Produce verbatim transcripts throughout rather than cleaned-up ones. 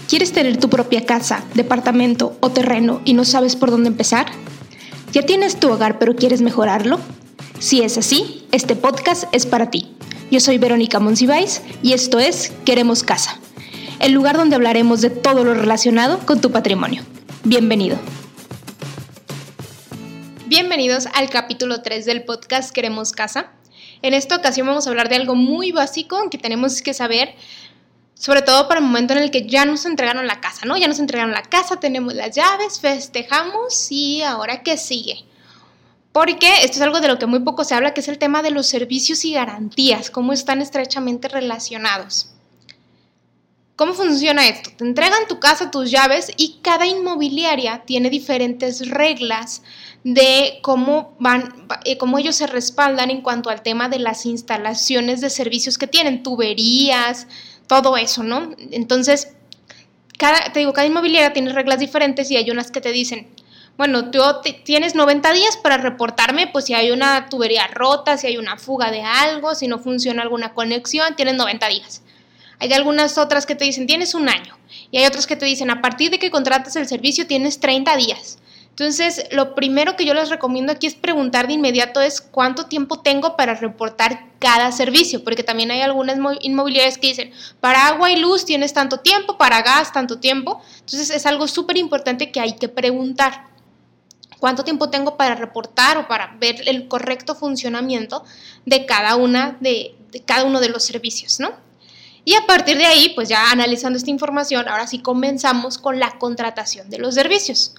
¿Quieres tener tu propia casa, departamento o terreno y no sabes por dónde empezar? ¿Ya tienes tu hogar pero quieres mejorarlo? Si es así, este podcast es para ti. Yo soy Verónica Monsiváis y esto es Queremos Casa, el lugar donde hablaremos de todo lo relacionado con tu patrimonio. Bienvenido. Bienvenidos al capítulo tres del podcast Queremos Casa. En esta ocasión vamos a hablar de algo muy básico que tenemos que saber, sobre todo para el momento en el que ya nos entregaron la casa, ¿no? Ya nos entregaron la casa, tenemos las llaves, festejamos y ahora ¿qué sigue? Porque esto es algo de lo que muy poco se habla, que es el tema de los servicios y garantías, cómo están estrechamente relacionados. ¿Cómo funciona esto? Te entregan tu casa, tus llaves y cada inmobiliaria tiene diferentes reglas de cómo van, cómo ellos se respaldan en cuanto al tema de las instalaciones de servicios que tienen, tuberías, todo eso, ¿no? Entonces, cada, te digo, cada inmobiliaria tiene reglas diferentes y hay unas que te dicen, bueno, tú te, tienes noventa días para reportarme, pues si hay una tubería rota, si hay una fuga de algo, si no funciona alguna conexión, tienes noventa días. Hay algunas otras que te dicen, tienes un año. Y hay otras que te dicen, a partir de que contrates el servicio, tienes treinta días. Entonces, lo primero que yo les recomiendo aquí es preguntar de inmediato es cuánto tiempo tengo para reportar cada servicio, porque también hay algunas inmobiliarias que dicen, para agua y luz tienes tanto tiempo, para gas tanto tiempo. Entonces, es algo súper importante que hay que preguntar. ¿Cuánto tiempo tengo para reportar o para ver el correcto funcionamiento de cada una de, de cada uno de los servicios, ¿no? Y a partir de ahí, pues ya analizando esta información, ahora sí comenzamos con la contratación de los servicios.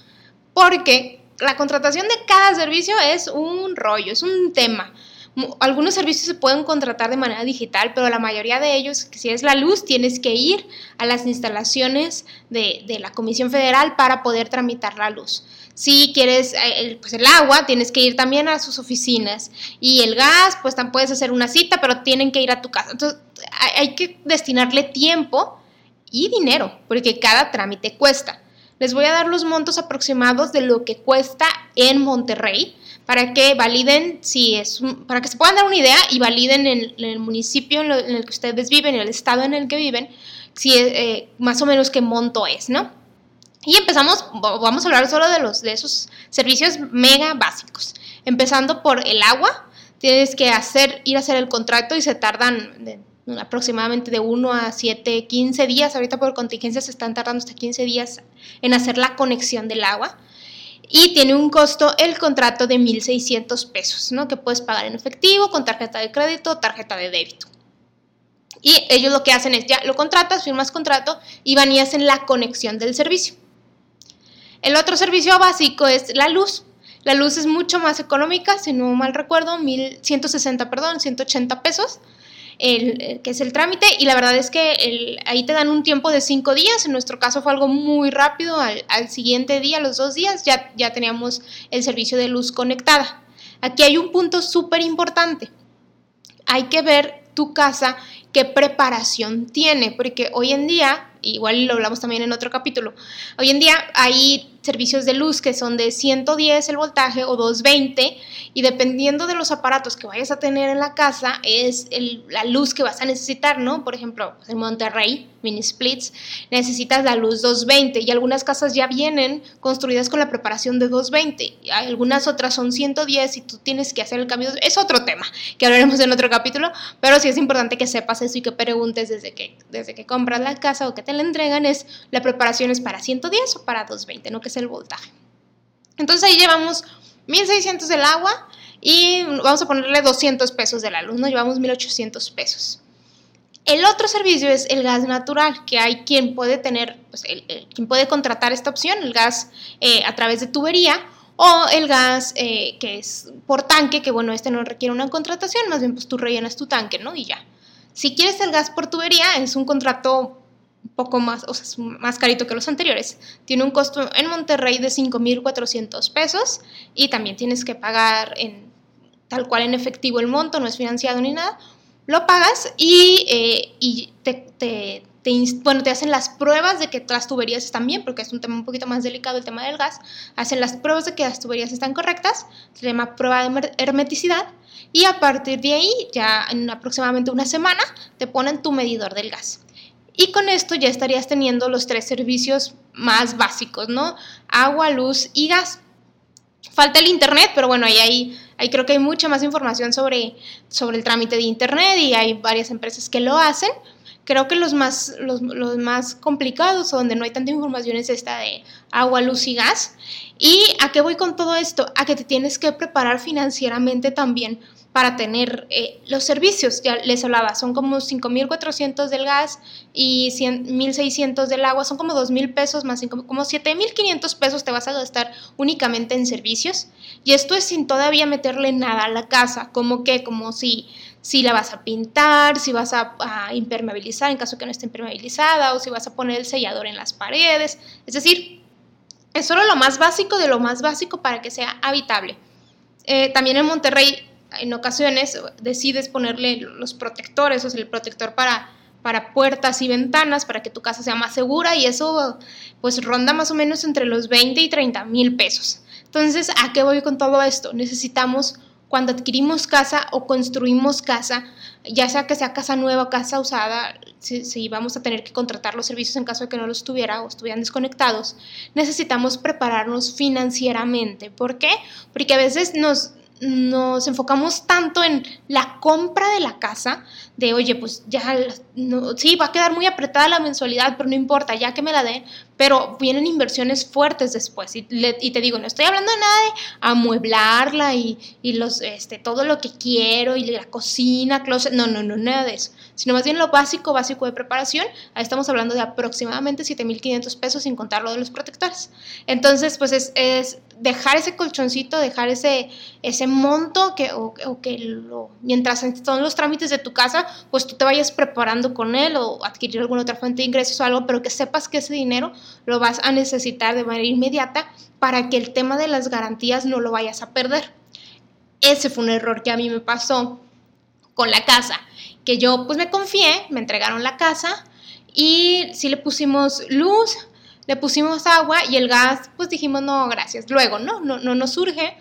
Porque la contratación de cada servicio es un rollo, es un tema. Algunos servicios se pueden contratar de manera digital, pero la mayoría de ellos, si es la luz, tienes que ir a las instalaciones de, de la Comisión Federal para poder tramitar la luz. Si quieres el, pues el agua, tienes que ir también a sus oficinas. Y el gas, pues también puedes hacer una cita, pero tienen que ir a tu casa. Entonces, hay, hay que destinarle tiempo y dinero, porque cada trámite cuesta. Les voy a dar los montos aproximados de lo que cuesta en Monterrey para que validen si es un, para que se puedan dar una idea y validen en, en el municipio en, lo, en el que ustedes viven, en el estado en el que viven, si eh, más o menos qué monto es, ¿no? Y empezamos, vamos a hablar solo de los de esos servicios mega básicos. Empezando por el agua, tienes que hacer ir a hacer el contrato y se tardan de, aproximadamente de uno a siete, quince días, ahorita por contingencia se están tardando hasta quince días en hacer la conexión del agua y tiene un costo el contrato de mil seiscientos pesos, ¿no? Que puedes pagar en efectivo, con tarjeta de crédito o tarjeta de débito. Y ellos lo que hacen es, ya lo contratas, firmas contrato y van y hacen la conexión del servicio. El otro servicio básico es la luz. La luz es mucho más económica, si no mal recuerdo, mil ciento sesenta, perdón, ciento ochenta pesos. El, el, que es el trámite, y la verdad es que el, ahí te dan un tiempo de cinco días, en nuestro caso fue algo muy rápido, al, al siguiente día, los dos días, ya, ya teníamos el servicio de luz conectada. Aquí hay un punto súper importante, hay que ver tu casa qué preparación tiene, porque hoy en día, igual lo hablamos también en otro capítulo, hoy en día hay servicios de luz que son de ciento diez el voltaje o doscientos veinte y dependiendo de los aparatos que vayas a tener en la casa es el, la luz que vas a necesitar, ¿no? Por ejemplo, en Monterrey, mini splits, necesitas la luz doscientos veinte y algunas casas ya vienen construidas con la preparación de doscientos veinte, y algunas otras son ciento diez y tú tienes que hacer el cambio, es otro tema que hablaremos en otro capítulo, pero sí es importante que sepas eso y que preguntes desde que, desde que compras la casa o que te la entregan, es la preparación es para ciento diez o para doscientos veinte, ¿no? Que es el voltaje. Entonces ahí llevamos mil seiscientos del agua y vamos a ponerle doscientos pesos de la luz, ¿no? Llevamos mil ochocientos pesos. El otro servicio es el gas natural, que hay quien puede tener, pues, el, el, quien puede contratar esta opción, el gas eh, a través de tubería o el gas eh, que es por tanque, que bueno, este no requiere una contratación, más bien pues tú rellenas tu tanque, ¿no? Y ya. Si quieres el gas por tubería, es un contrato un poco más, o sea, es más carito que los anteriores. Tiene un costo en Monterrey de cinco mil cuatrocientos pesos y también tienes que pagar en tal cual en efectivo el monto, no es financiado ni nada. Lo pagas y, eh, y te, te, te, bueno, te hacen las pruebas de que las tuberías están bien, porque es un tema un poquito más delicado el tema del gas. Hacen las pruebas de que las tuberías están correctas, se llama prueba de hermeticidad y a partir de ahí, ya en aproximadamente una semana, te ponen tu medidor del gas. Y con esto ya estarías teniendo los tres servicios más básicos, ¿no? Agua, luz y gas. Falta el internet, pero bueno, ahí, ahí, ahí creo que hay mucha más información sobre, sobre el trámite de internet y hay varias empresas que lo hacen. Creo que los más, los, los más complicados o donde no hay tanta información es esta de agua, luz y gas. ¿Y a qué voy con todo esto? A que te tienes que preparar financieramente también para tener eh, los servicios. Ya les hablaba, son como cinco mil cuatrocientos del gas y mil seiscientos del agua, son como dos mil pesos más cinco, como siete mil quinientos pesos te vas a gastar únicamente en servicios. Y esto es sin todavía meterle nada a la casa, como que, como si... si la vas a pintar, si vas a, a impermeabilizar en caso que no esté impermeabilizada o si vas a poner el sellador en las paredes. Es decir, es solo lo más básico de lo más básico para que sea habitable. Eh, también en Monterrey en ocasiones decides ponerle los protectores, o sea, el protector para, para puertas y ventanas para que tu casa sea más segura y eso pues ronda más o menos entre los veinte y treinta mil pesos. Entonces, ¿a qué voy con todo esto? Necesitamos, cuando adquirimos casa o construimos casa, ya sea que sea casa nueva o casa usada, si, si vamos a tener que contratar los servicios en caso de que no los tuviera o estuvieran desconectados, necesitamos prepararnos financieramente. ¿Por qué? Porque a veces nos, nos enfocamos tanto en la compra de la casa, de oye, pues ya, no, sí, va a quedar muy apretada la mensualidad, pero no importa, ya que me la den, pero vienen inversiones fuertes después. Y, le, y te digo, no estoy hablando de nada de amueblarla y, y los, este, todo lo que quiero y la cocina, closet, no, no, no, nada de eso, sino más bien lo básico, básico de preparación. Ahí estamos hablando de aproximadamente siete mil quinientos pesos sin contar lo de los protectores. Entonces, pues es, es dejar ese colchoncito, dejar ese, ese monto que, o, o que lo, mientras son los trámites de tu casa, pues tú te vayas preparando con él o adquirir alguna otra fuente de ingresos o algo, pero que sepas que ese dinero lo vas a necesitar de manera inmediata para que el tema de las garantías no lo vayas a perder. Ese fue un error que a mí me pasó con la casa, que yo pues me confié, me entregaron la casa y sí le pusimos luz, le pusimos agua y el gas pues dijimos no, gracias, luego no, no, no nos surge.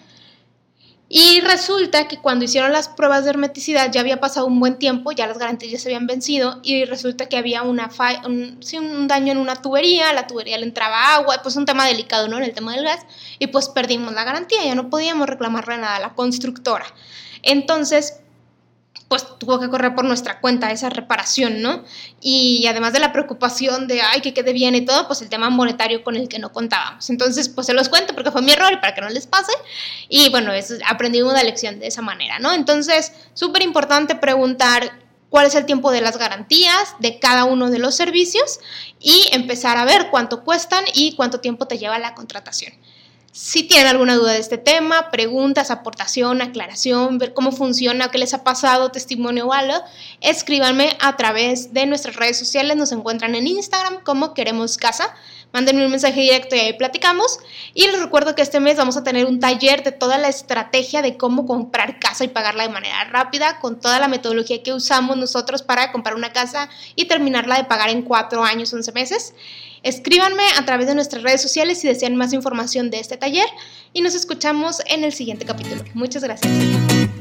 Y resulta que cuando hicieron las pruebas de hermeticidad ya había pasado un buen tiempo, ya las garantías ya se habían vencido y resulta que había una fa- un, sí, un daño en una tubería, la tubería le entraba agua, pues un tema delicado, ¿no? En el tema del gas, y pues perdimos la garantía, ya no podíamos reclamarle nada a la constructora. Entonces, pues tuvo que correr por nuestra cuenta esa reparación, ¿no? Y además de la preocupación de, ay, que quede bien y todo, pues el tema monetario con el que no contábamos. Entonces, pues se los cuento porque fue mi error y para que no les pase. Y bueno, eso, aprendimos una lección de esa manera, ¿no? Entonces, súper importante preguntar cuál es el tiempo de las garantías de cada uno de los servicios y empezar a ver cuánto cuestan y cuánto tiempo te lleva la contratación. Si tienen alguna duda de este tema, preguntas, aportación, aclaración, ver cómo funciona, qué les ha pasado, testimonio o algo, escríbanme a través de nuestras redes sociales. Nos encuentran en Instagram como Queremos Casa. Mándenme un mensaje directo y ahí platicamos. Y les recuerdo que este mes vamos a tener un taller de toda la estrategia de cómo comprar casa y pagarla de manera rápida, con toda la metodología que usamos nosotros para comprar una casa y terminarla de pagar en cuatro años, once meses. Escríbanme a través de nuestras redes sociales si desean más información de este taller y nos escuchamos en el siguiente capítulo. Muchas gracias.